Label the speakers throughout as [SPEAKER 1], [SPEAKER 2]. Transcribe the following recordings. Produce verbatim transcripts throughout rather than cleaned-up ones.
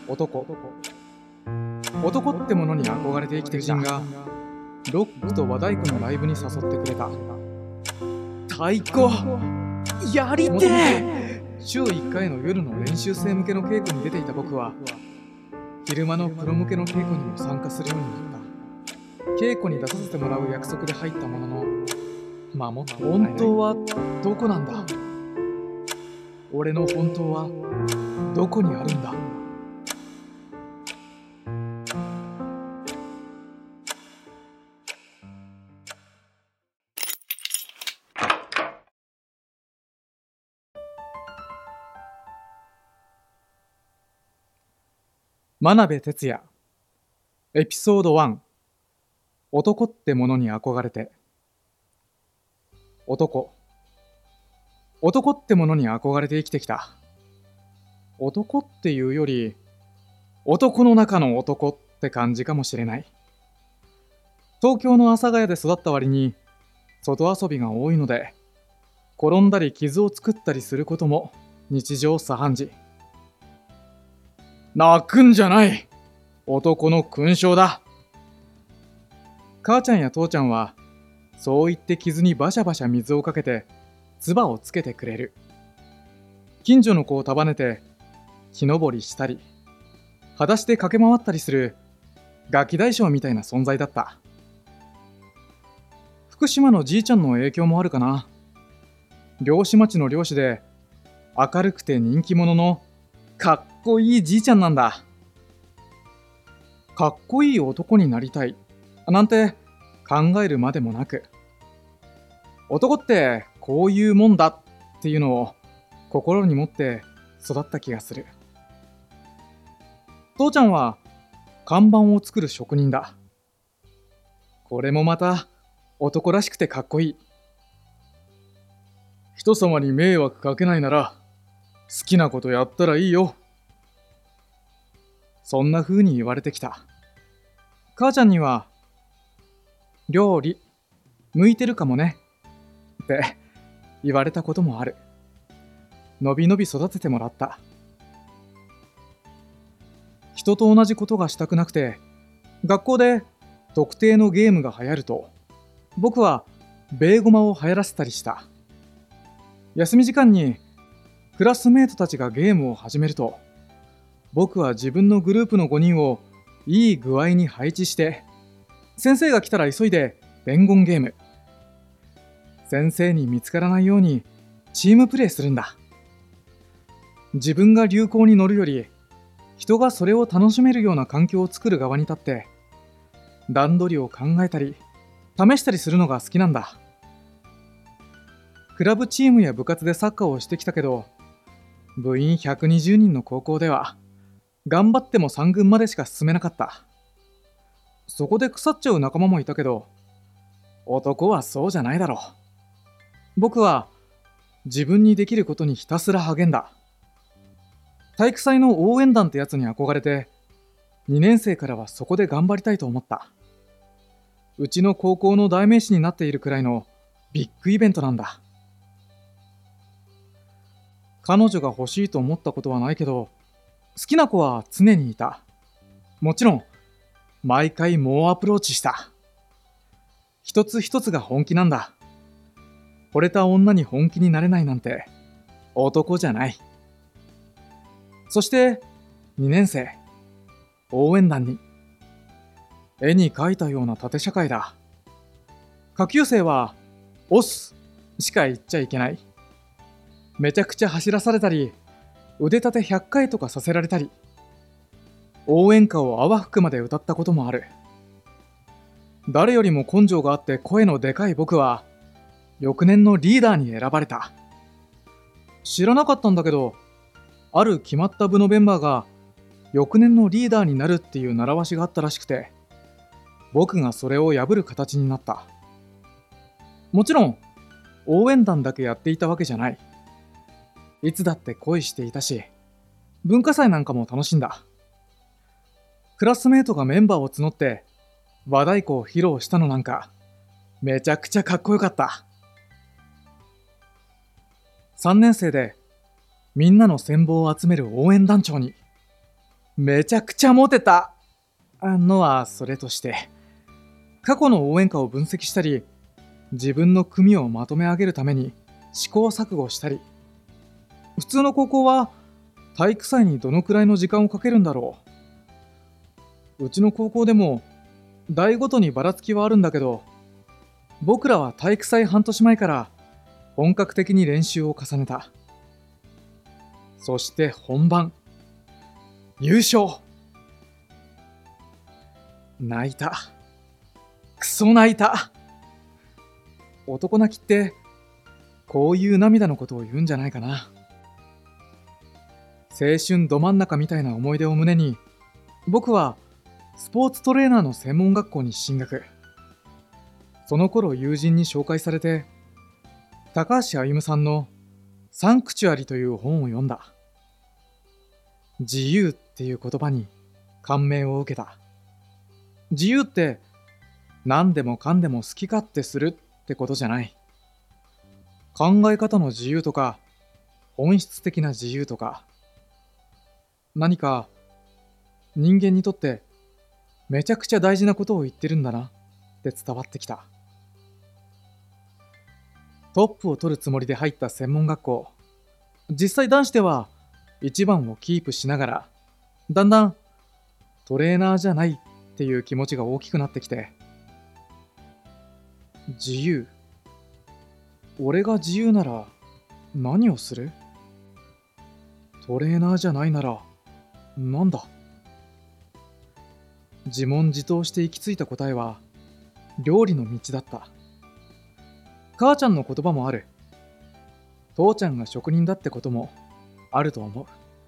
[SPEAKER 1] 男男ってものに憧れて生きてきた人がロックと和太鼓のライブに誘ってくれた。
[SPEAKER 2] 太鼓やりてえ。
[SPEAKER 1] 週いっかいの夜の練習生向けの稽古に出ていた僕は昼間のプロ向けの稽古にも参加するようになった。稽古に出させてもらう約束で入ったものの守ってもらえない。
[SPEAKER 2] 本当はどこなんだ。
[SPEAKER 1] 俺の本当はどこにあるんだ。真鍋哲也エピソードワン。男ってものに憧れて。男男ってものに憧れて生きてきた。男っていうより男の中の男って感じかもしれない。東京の阿佐ヶ谷で育った割に外遊びが多いので転んだり傷を作ったりすることも日常茶飯事。泣くんじゃない、男の勲章だ。母ちゃんや父ちゃんはそう言って傷にバシャバシャ水をかけて唾をつけてくれる。近所の子を束ねて木登りしたり裸足で駆け回ったりするガキ大将みたいな存在だった。福島のじいちゃんの影響もあるかな。漁師町の漁師で明るくて人気者のかっこいいじいちゃんなんだ。かっこいい男になりたいなんて考えるまでもなく、男ってこういうもんだっていうのを心に持って育った気がする。父ちゃんは看板を作る職人だ。これもまた男らしくてかっこいい。人様に迷惑かけないなら好きなことやったらいいよ。そんな風に言われてきた。母ちゃんには料理向いてるかもねって言われたこともある。のびのび育ててもらった。人と同じことがしたくなくて学校で特定のゲームが流行ると僕はベーゴマを流行らせたりした。休み時間にクラスメートたちがゲームを始めると僕は自分のグループのごにんをいい具合に配置して先生が来たら急いで伝言ゲーム。先生に見つからないようにチームプレーするんだ。自分が流行に乗るより人がそれを楽しめるような環境を作る側に立って段取りを考えたり試したりするのが好きなんだ。クラブチームや部活でサッカーをしてきたけど部員ひゃくにじゅうにんの高校では頑張ってもさん軍までしか進めなかった。そこで腐っちゃう仲間もいたけど男はそうじゃないだろう。僕は自分にできることにひたすら励んだ。体育祭の応援団ってやつに憧れてにねん生からはそこで頑張りたいと思った。うちの高校の代名詞になっているくらいのビッグイベントなんだ。彼女が欲しいと思ったことはないけど好きな子は常にいた。もちろん毎回猛アプローチした。一つ一つが本気なんだ。惚れた女に本気になれないなんて男じゃない。そしてにねん生応援団に絵に描いたような縦社会だ。下級生はオスしか言っちゃいけない。めちゃくちゃ走らされたり腕立てひゃっかいとかさせられたり応援歌を泡吹くまで歌ったこともある。誰よりも根性があって声のでかい僕は翌年のリーダーに選ばれた。知らなかったんだけどある決まった部のメンバーが翌年のリーダーになるっていう習わしがあったらしくて僕がそれを破る形になった。もちろん応援団だけやっていたわけじゃない。いつだって恋していたし文化祭なんかも楽しんだ。クラスメートがメンバーを募って和太鼓を披露したのなんかめちゃくちゃかっこよかった。さんねん生でみんなの羨望を集める応援団長にめちゃくちゃモテたのはそれとして、過去の応援歌を分析したり、自分の組をまとめ上げるために試行錯誤したり、普通の高校は体育祭にどのくらいの時間をかけるんだろう。うちの高校でも代ごとにばらつきはあるんだけど、僕らは体育祭半年前から本格的に練習を重ねた。そして本番、優勝。泣いた。クソ泣いた。男泣きってこういう涙のことを言うんじゃないかな。青春ど真ん中みたいな思い出を胸に、僕はスポーツトレーナーの専門学校に進学。その頃友人に紹介されて、高橋歩さんのサンクチュアリという本を読んだ。自由っていう言葉に感銘を受けた。自由って何でもかんでも好き勝手するってことじゃない。考え方の自由とか、本質的な自由とか、何か人間にとってめちゃくちゃ大事なことを言ってるんだなって伝わってきた。トップを取るつもりで入った専門学校。実際男子では一番をキープしながら、だんだんトレーナーじゃないっていう気持ちが大きくなってきて、自由。俺が自由なら何をする？トレーナーじゃないならなんだ？自問自答して行き着いた答えは料理の道だった。母ちゃんの言葉もある。父ちゃんが職人だってこともあると思う。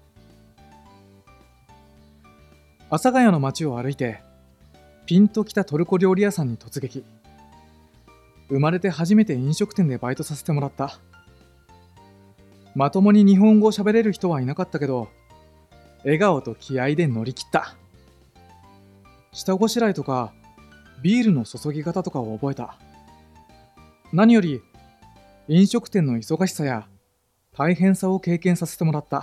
[SPEAKER 1] 阿佐ヶ谷の街を歩いて、ピンときたトルコ料理屋さんに突撃。生まれて初めて飲食店でバイトさせてもらった。まともに日本語を喋れる人はいなかったけど、笑顔と気合で乗り切った。下ごしらえとかビールの注ぎ方とかを覚えた。何より飲食店の忙しさや大変さを経験させてもらった。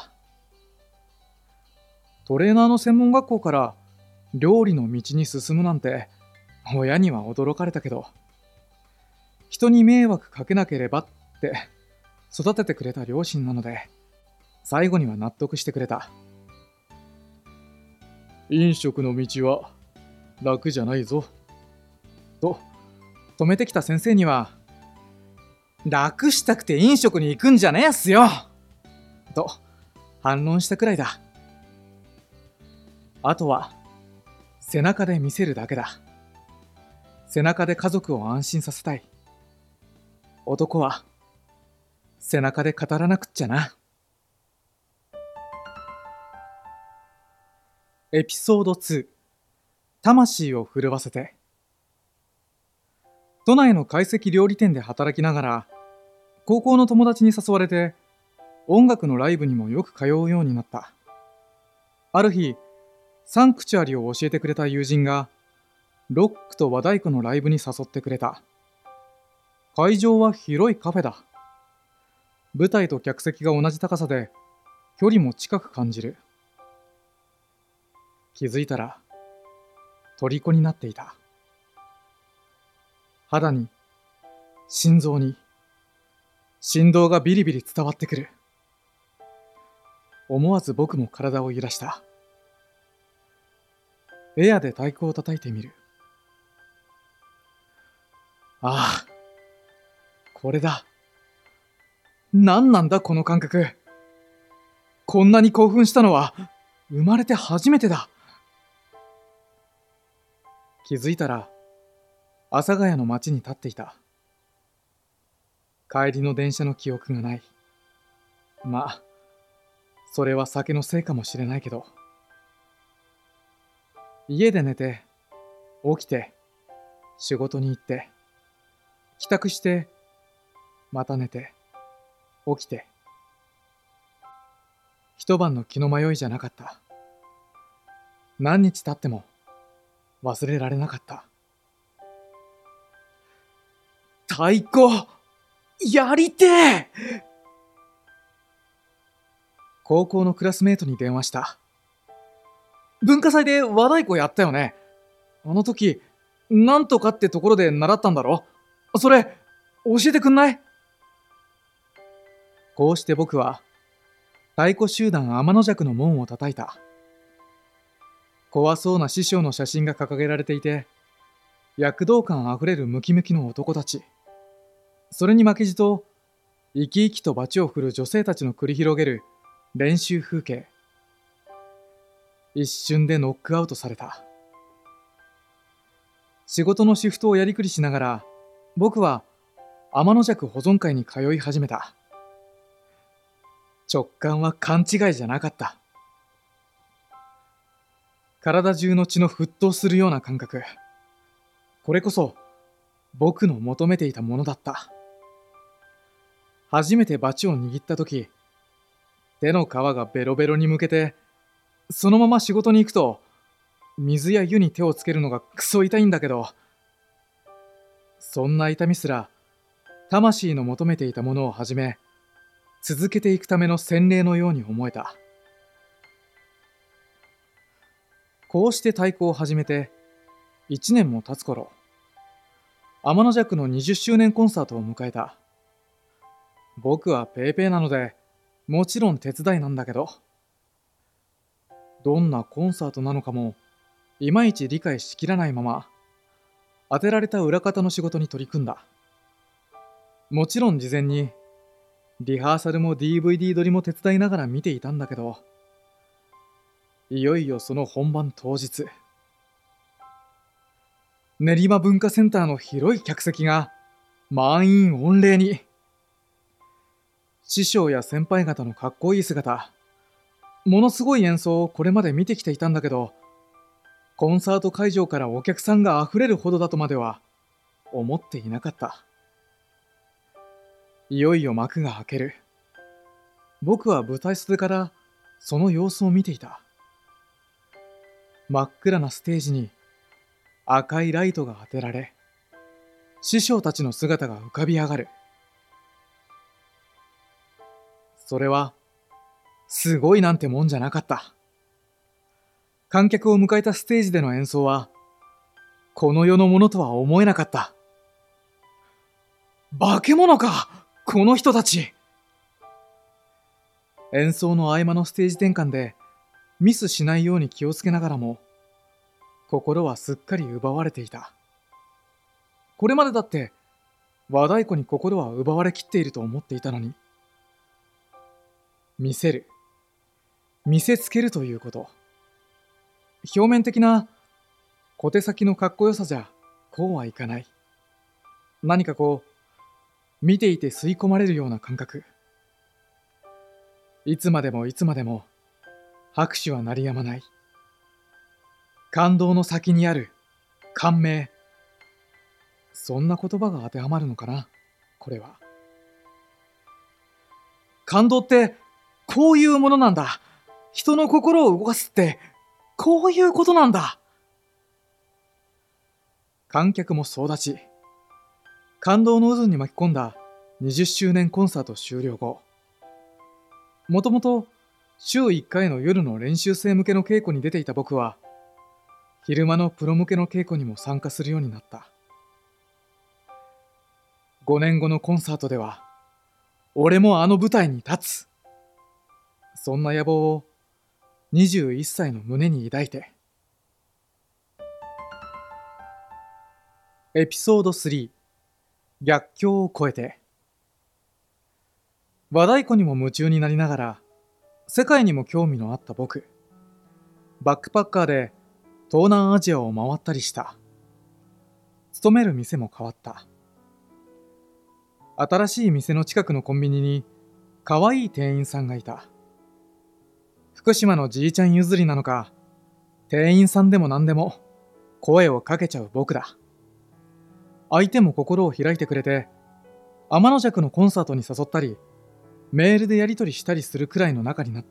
[SPEAKER 1] トレーナーの専門学校から料理の道に進むなんて親には驚かれたけど、人に迷惑かけなければって育ててくれた両親なので、最後には納得してくれた。飲食の道は楽じゃないぞと止めてきた先生には、楽したくて飲食に行くんじゃねえっすよと反論したくらいだ。あとは背中で見せるだけだ。背中で家族を安心させたい。男は背中で語らなくっちゃな。エピソードツー、魂を震わせて。都内の懐石料理店で働きながら、高校の友達に誘われて音楽のライブにもよく通うようになった。ある日、サンクチュアリを教えてくれた友人がロックと和太鼓のライブに誘ってくれた。会場は広いカフェだ。舞台と客席が同じ高さで距離も近く感じる。気づいたら虜になっていた。肌に、心臓に振動がビリビリ伝わってくる。思わず僕も体を揺らした。エアで太鼓を叩いてみる。ああ、これだ。何なんだこの感覚。こんなに興奮したのは生まれて初めてだ。気づいたら阿佐ヶ谷の街に立っていた。帰りの電車の記憶がない。まあ、それは酒のせいかもしれないけど。家で寝て、起きて、仕事に行って、帰宅して、また寝て、起きて。一晩の気の迷いじゃなかった。何日経っても忘れられなかった。太鼓やりてえ。高校のクラスメートに電話した。 文化祭で和太鼓やったよね。あの時、なんとかってところで習ったんだろ。それ、教えてくんない？こうして僕は、太鼓集団天の弱の門を叩いた。怖そうな師匠の写真が掲げられていて、躍動感あふれるムキムキの男たち。それに負けじと、生き生きと罰を振る女性たちの繰り広げる練習風景。一瞬でノックアウトされた。仕事のシフトをやりくりしながら、僕は天の弱保存会に通い始めた。直感は勘違いじゃなかった。体中の血の沸騰するような感覚。これこそ僕の求めていたものだった。初めてバチを握った時、手の皮がベロベロにむけて、そのまま仕事に行くと、水や湯に手をつけるのがクソ痛いんだけど、そんな痛みすら、魂の求めていたものをはじめ、続けていくための洗礼のように思えた。こうして太鼓を始めて、一年も経つ頃、天の弱のにじゅっしゅうねんコンサートを迎えた。僕はペーペーなので、もちろん手伝いなんだけど、どんなコンサートなのかも、いまいち理解しきらないまま、当てられた裏方の仕事に取り組んだ。もちろん事前に、リハーサルも ディーブイディー 撮りも手伝いながら見ていたんだけど、いよいよその本番当日、練馬文化センターの広い客席が満員御礼に。師匠や先輩方のかっこいい姿、ものすごい演奏をこれまで見てきていたんだけど、コンサート会場からお客さんがあふれるほどだとまでは思っていなかった。いよいよ幕が開ける。僕は舞台袖からその様子を見ていた。真っ暗なステージに赤いライトが当てられ、師匠たちの姿が浮かび上がる。それは、すごいなんてもんじゃなかった。観客を迎えたステージでの演奏は、この世のものとは思えなかった。化け物か、この人たち。演奏の合間のステージ転換で、ミスしないように気をつけながらも、心はすっかり奪われていた。これまでだって、和太鼓に心は奪われきっていると思っていたのに、見せる、見せつけるということ。表面的な小手先のかっこよさじゃこうはいかない。何かこう、見ていて吸い込まれるような感覚。いつまでもいつまでも拍手は鳴りやまない。感動の先にある感銘。そんな言葉が当てはまるのかな、これは。感動ってこういうものなんだ。人の心を動かすってこういうことなんだ。観客も総立ち。感動の渦に巻き込んだにじゅっしゅうねんコンサート終了後。もともと週いっかいの夜の練習生向けの稽古に出ていた僕は、昼間のプロ向けの稽古にも参加するようになった。ごねんごのコンサートでは、俺もあの舞台に立つ。そんな野望をにじゅういっさいの胸に抱いて。エピソードスリー、逆境を超えて。和太鼓にも夢中になりながら、世界にも興味のあった僕。バックパッカーで東南アジアを回ったりした。勤める店も変わった。新しい店の近くのコンビニに可愛い店員さんがいた。福島のじいちゃん譲りなのか、店員さんでも何でも声をかけちゃう僕だ。相手も心を開いてくれて、天の弱のコンサートに誘ったり、メールでやり取りしたりするくらいの仲になった。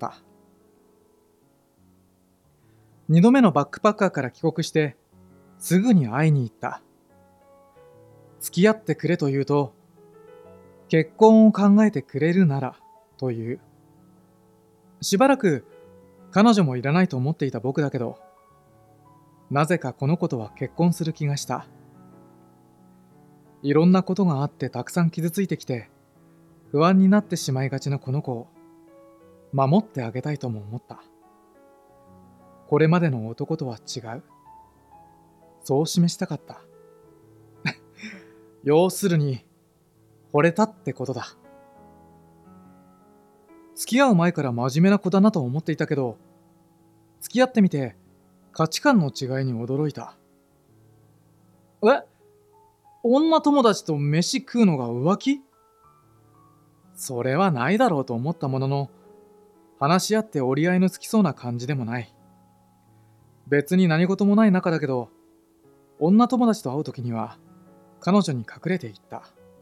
[SPEAKER 1] 二度目のバックパッカーから帰国して、すぐに会いに行った。付き合ってくれと言うと、結婚を考えてくれるならという。しばらく彼女もいらないと思っていた僕だけど、なぜかこの子とは結婚する気がした。いろんなことがあってたくさん傷ついてきて、不安になってしまいがちなこの子を守ってあげたいとも思った。これまでの男とは違う。そう示したかった。要するに、惚れたってことだ。付き合う前から真面目な子だなと思っていたけど、付き合ってみて価値観の違いに驚いた。え？女友達と飯食うのが浮気？それはないだろうと思ったものの、話し合って折り合いのつきそうな感じでもない。別に何事もない仲だけど、女友達と会うときには彼女に隠れていった。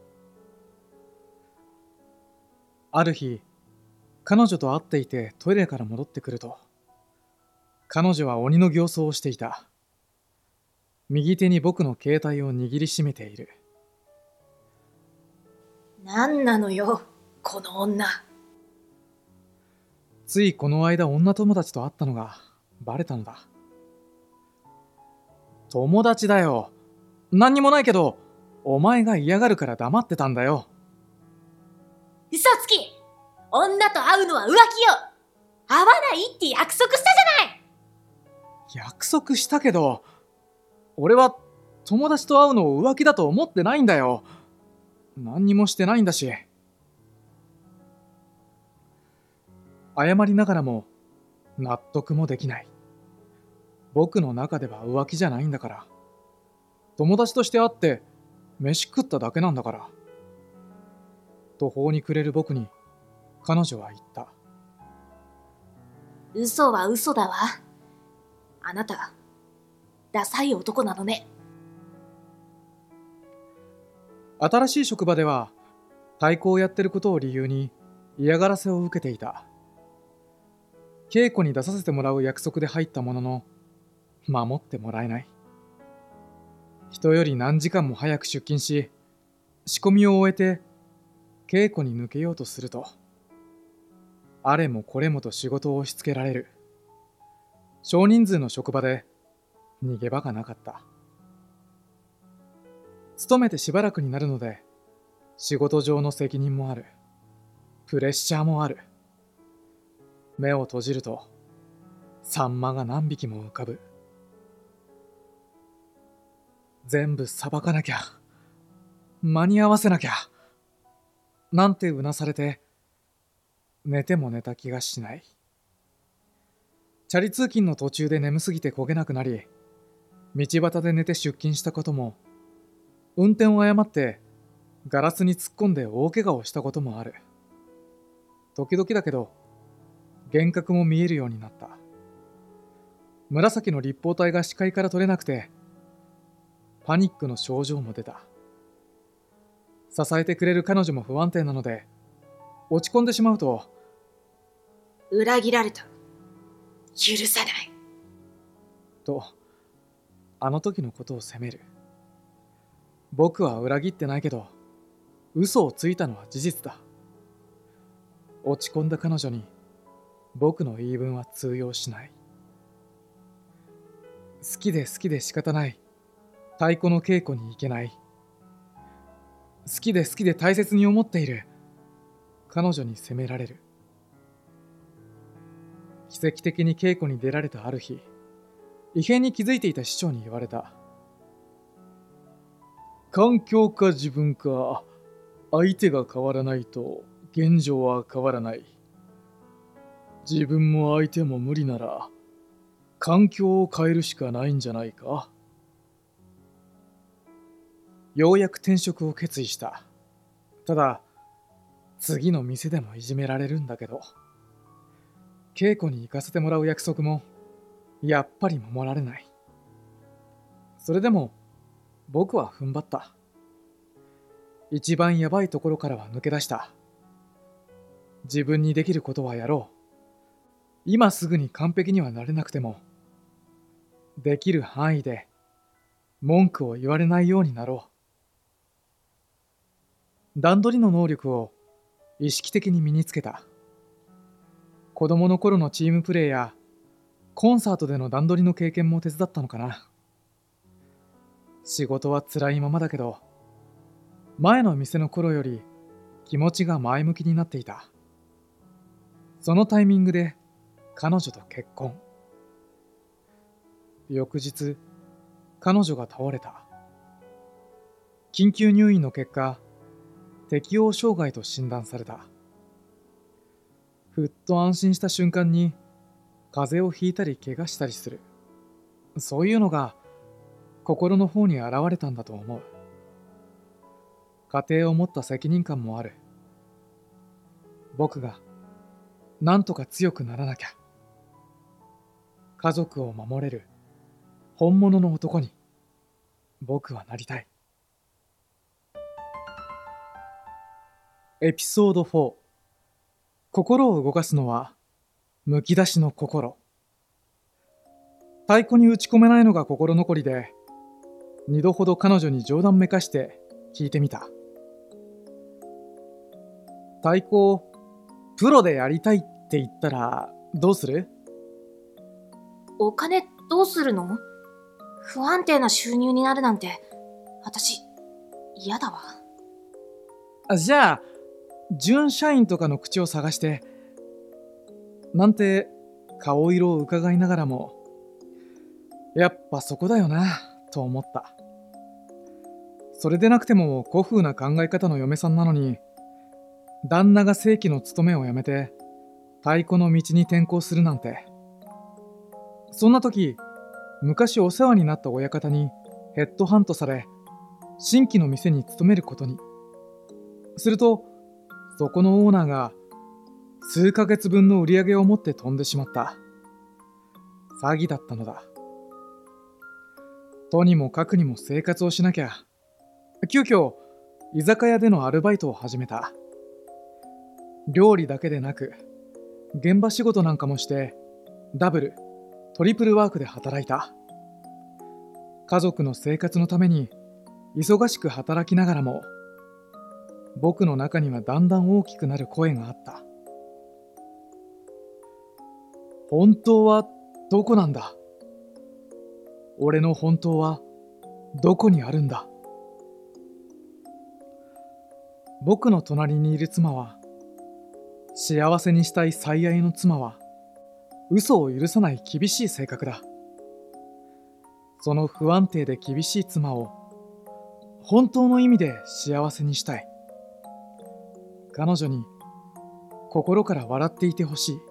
[SPEAKER 1] ある日、彼女と会っていてトイレから戻ってくると、彼女は鬼の形相をしていた。右手に僕の携帯を握りしめている。
[SPEAKER 3] 何なのよ、この女。
[SPEAKER 1] ついこの間女友達と会ったのがバレたのだ。友達だよ。何にもないけど、お前が嫌がるから黙ってたんだよ。
[SPEAKER 3] 嘘つき！女と会うのは浮気よ！会わないって約束したじゃない！
[SPEAKER 1] 約束したけど、俺は友達と会うのを浮気だと思ってないんだよ。何にもしてないんだし。謝りながらも納得もできない。僕の中では浮気じゃないんだから。友達として会って飯食っただけなんだから。途方に暮れる僕に彼女は言った。
[SPEAKER 3] 嘘は嘘だわ。あなた、ダサい男なのね。
[SPEAKER 1] 新しい職場では太鼓をやってることを理由に嫌がらせを受けていた。稽古に出させてもらう約束で入ったものの、守ってもらえない。人より何時間も早く出勤し、仕込みを終えて稽古に抜けようとすると、あれもこれもと仕事を押し付けられる。少人数の職場で逃げ場がなかった。勤めてしばらくになるので、仕事上の責任もある。プレッシャーもある。目を閉じると、サンマが何匹も浮かぶ。全部さばかなきゃ。間に合わせなきゃ。なんてうなされて、寝ても寝た気がしない。チャリ通勤の途中で眠すぎて焦げなくなり、道端で寝て出勤したことも、運転を誤ってガラスに突っ込んで大怪我をしたこともある。時々だけど、幻覚も見えるようになった。紫の立方体が視界から取れなくて、パニックの症状も出た。支えてくれる彼女も不安定なので、落ち込んでしまうと、
[SPEAKER 3] 裏切られた。許さない。
[SPEAKER 1] と、あの時のことを責める。僕は裏切ってないけど、嘘をついたのは事実だ。落ち込んだ彼女に、僕の言い分は通用しない。好きで好きで仕方ない。太鼓の稽古に行けない。好きで好きで大切に思っている。彼女に責められる。奇跡的に稽古に出られたある日、異変に気づいていた師匠に言われた。環境か自分か、相手が変わらないと現状は変わらない。自分も相手も無理なら、環境を変えるしかないんじゃないか。ようやく転職を決意した。ただ、次の店でもいじめられるんだけど、稽古に行かせてもらう約束も、やっぱり守られない。それでも、僕は踏ん張った。一番やばいところからは抜け出した。自分にできることはやろう。今すぐに完璧にはなれなくても、できる範囲で文句を言われないようになろう。段取りの能力を意識的に身につけた。子供の頃のチームプレーやコンサートでの段取りの経験も手伝ったのかな。仕事は辛いままだけど、前の店の頃より気持ちが前向きになっていた。そのタイミングで彼女と結婚。翌日、彼女が倒れた。緊急入院の結果、適応障害と診断された。ふっと安心した瞬間に、風邪をひいたり怪我したりする。そういうのが心の方に現れたんだと思う。家庭を持った責任感もある。僕がなんとか強くならなきゃ。家族を守れる本物の男に僕はなりたい。エピソードフォー。心を動かすのはむき出しの心。太鼓に打ち込めないのが心残りで、二度ほど彼女に冗談めかして聞いてみた。太鼓をプロでやりたいって言ったらどうする？
[SPEAKER 3] お金どうするの？不安定な収入になるなんて、私、嫌だわ。
[SPEAKER 1] あ、じゃあ、準社員とかの口を探して、なんて顔色を伺いながらも、やっぱそこだよな、と思った。それでなくても古風な考え方の嫁さんなのに、旦那が正規の勤めを辞めて、太鼓の道に転校するなんて。そんな時、昔お世話になった親方にヘッドハントされ、新規の店に勤めることに。すると、そこのオーナーが数ヶ月分の売り上げを持って飛んでしまった。詐欺だったのだ。とにもかくにも生活をしなきゃ。急遽、居酒屋でのアルバイトを始めた。料理だけでなく、現場仕事なんかもして、ダブル、トリプルワークで働いた。家族の生活のために、忙しく働きながらも、僕の中にはだんだん大きくなる声があった。本当はどこなんだ？俺の本当はどこにあるんだ？僕の隣にいる妻は、幸せにしたい最愛の妻は、嘘を許さない厳しい性格だ。その不安定で厳しい妻を、本当の意味で幸せにしたい。彼女に心から笑っていてほしい。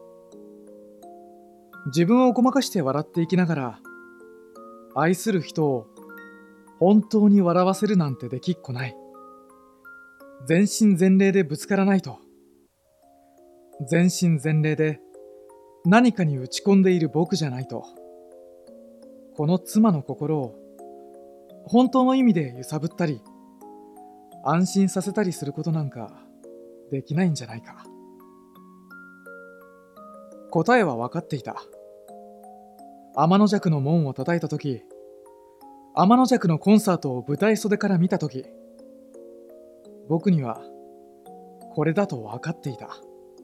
[SPEAKER 1] 自分をごまかして笑っていきながら、愛する人を本当に笑わせるなんてできっこない。全身全霊でぶつからないと。全身全霊で何かに打ち込んでいる僕じゃないと。この妻の心を本当の意味で揺さぶったり、安心させたりすることなんかできないんじゃないか。答えは分かっていた。天の弱の門を叩いたとき、天の弱のコンサートを舞台袖から見たとき、僕にはこれだと分かっていた。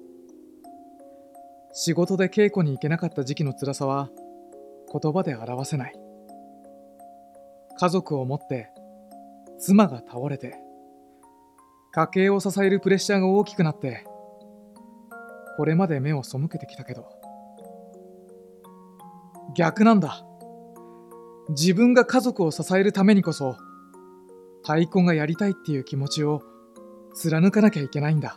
[SPEAKER 1] 仕事で稽古に行けなかった時期の辛さは言葉で表せない。家族を持って妻が倒れて、家計を支えるプレッシャーが大きくなって、これまで目を背けてきたけど、逆なんだ。自分が家族を支えるためにこそ、太鼓がやりたいっていう気持ちを貫かなきゃいけないんだ。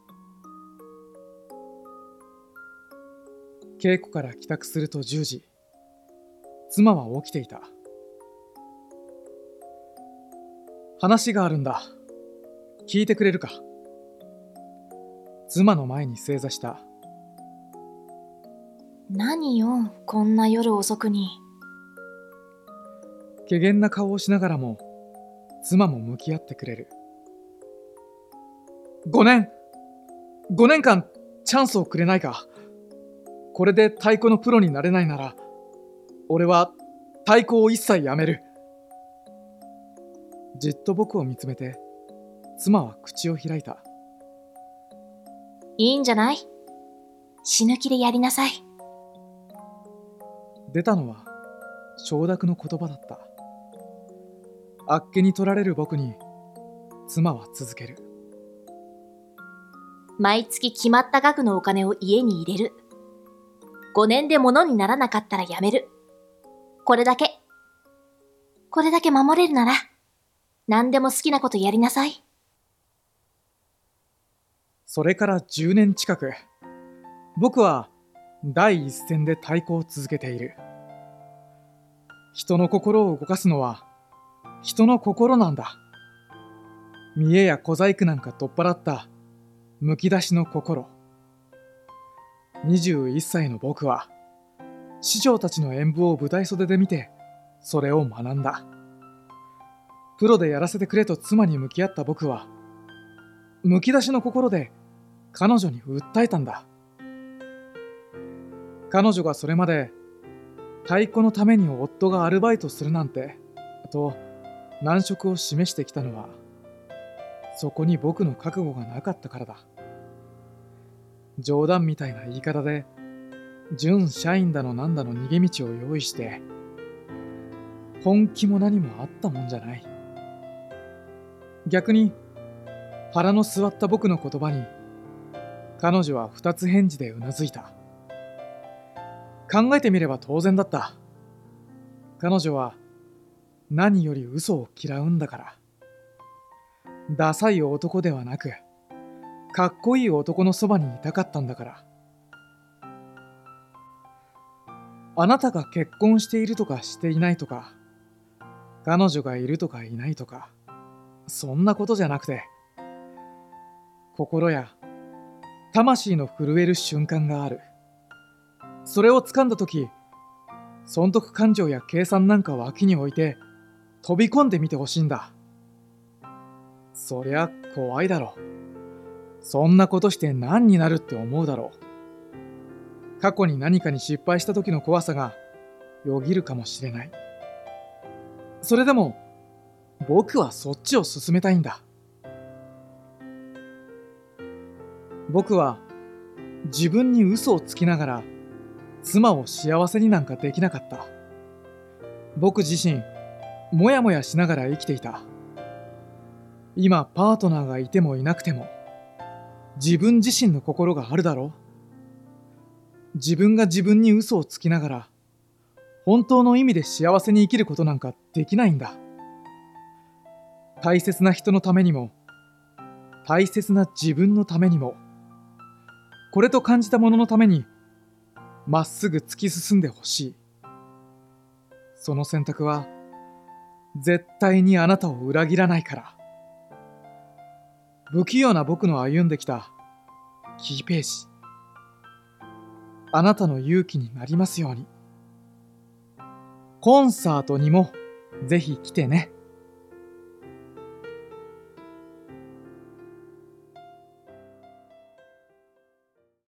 [SPEAKER 1] 稽古から帰宅するとじゅうじ、妻は起きていた。話があるんだ。聞いてくれるか。妻の前に正座した。
[SPEAKER 3] 何よ、こんな夜遅くに。
[SPEAKER 1] 怪訝な顔をしながらも、妻も向き合ってくれる。ごねん、ごねんかんチャンスをくれないか。これで太鼓のプロになれないなら、俺は太鼓を一切やめる。じっと僕を見つめて、妻は口を開いた。
[SPEAKER 3] いいんじゃない？死ぬ気でやりなさい。
[SPEAKER 1] 出たのは承諾の言葉だった。あっけに取られる僕に妻は続ける。
[SPEAKER 3] 毎月決まった額のお金を家に入れる。ごねんで物にならなかったらやめる。これだけ。これだけ守れるなら、何でも好きなことやりなさい。
[SPEAKER 1] それからじゅうねん近く、僕は第一線で太鼓を続けている。人の心を動かすのは人の心なんだ。見栄や小細工なんか取っ払ったむき出しの心。にじゅういっさいの僕は師匠たちの演舞を舞台袖で見てそれを学んだ。プロでやらせてくれと妻に向き合った僕はむき出しの心で彼女に訴えたんだ。彼女がそれまで太鼓のために夫がアルバイトするなんてと難色を示してきたのは、そこに僕の覚悟がなかったからだ。冗談みたいな言い方で準社員だのなんだの逃げ道を用意して、本気も何もあったもんじゃない。逆に腹の据わった僕の言葉に彼女は二つ返事でうなずいた。考えてみれば当然だった。彼女は何より嘘を嫌うんだから。ダサい男ではなく、かっこいい男のそばにいたかったんだから。あなたが結婚しているとかしていないとか、彼女がいるとかいないとか、そんなことじゃなくて、心や魂の震える瞬間がある。それを掴んだとき、損得感情や計算なんか脇に置いて飛び込んでみてほしいんだ。そりゃ怖いだろう。そんなことして何になるって思うだろう。過去に何かに失敗した時の怖さがよぎるかもしれない。それでも僕はそっちを進めたいんだ。僕は自分に嘘をつきながら妻を幸せになんかできなかった。僕自身もやもやしながら生きていた。今パートナーがいてもいなくても自分自身の心があるだろう。自分が自分に嘘をつきながら本当の意味で幸せに生きることなんかできないんだ。大切な人のためにも大切な自分のためにも、これと感じたもののためにまっすぐ突き進んでほしい。その選択は絶対にあなたを裏切らないから。不器用な僕の歩んできたキーページ、あなたの勇気になりますように。コンサートにもぜひ来てね。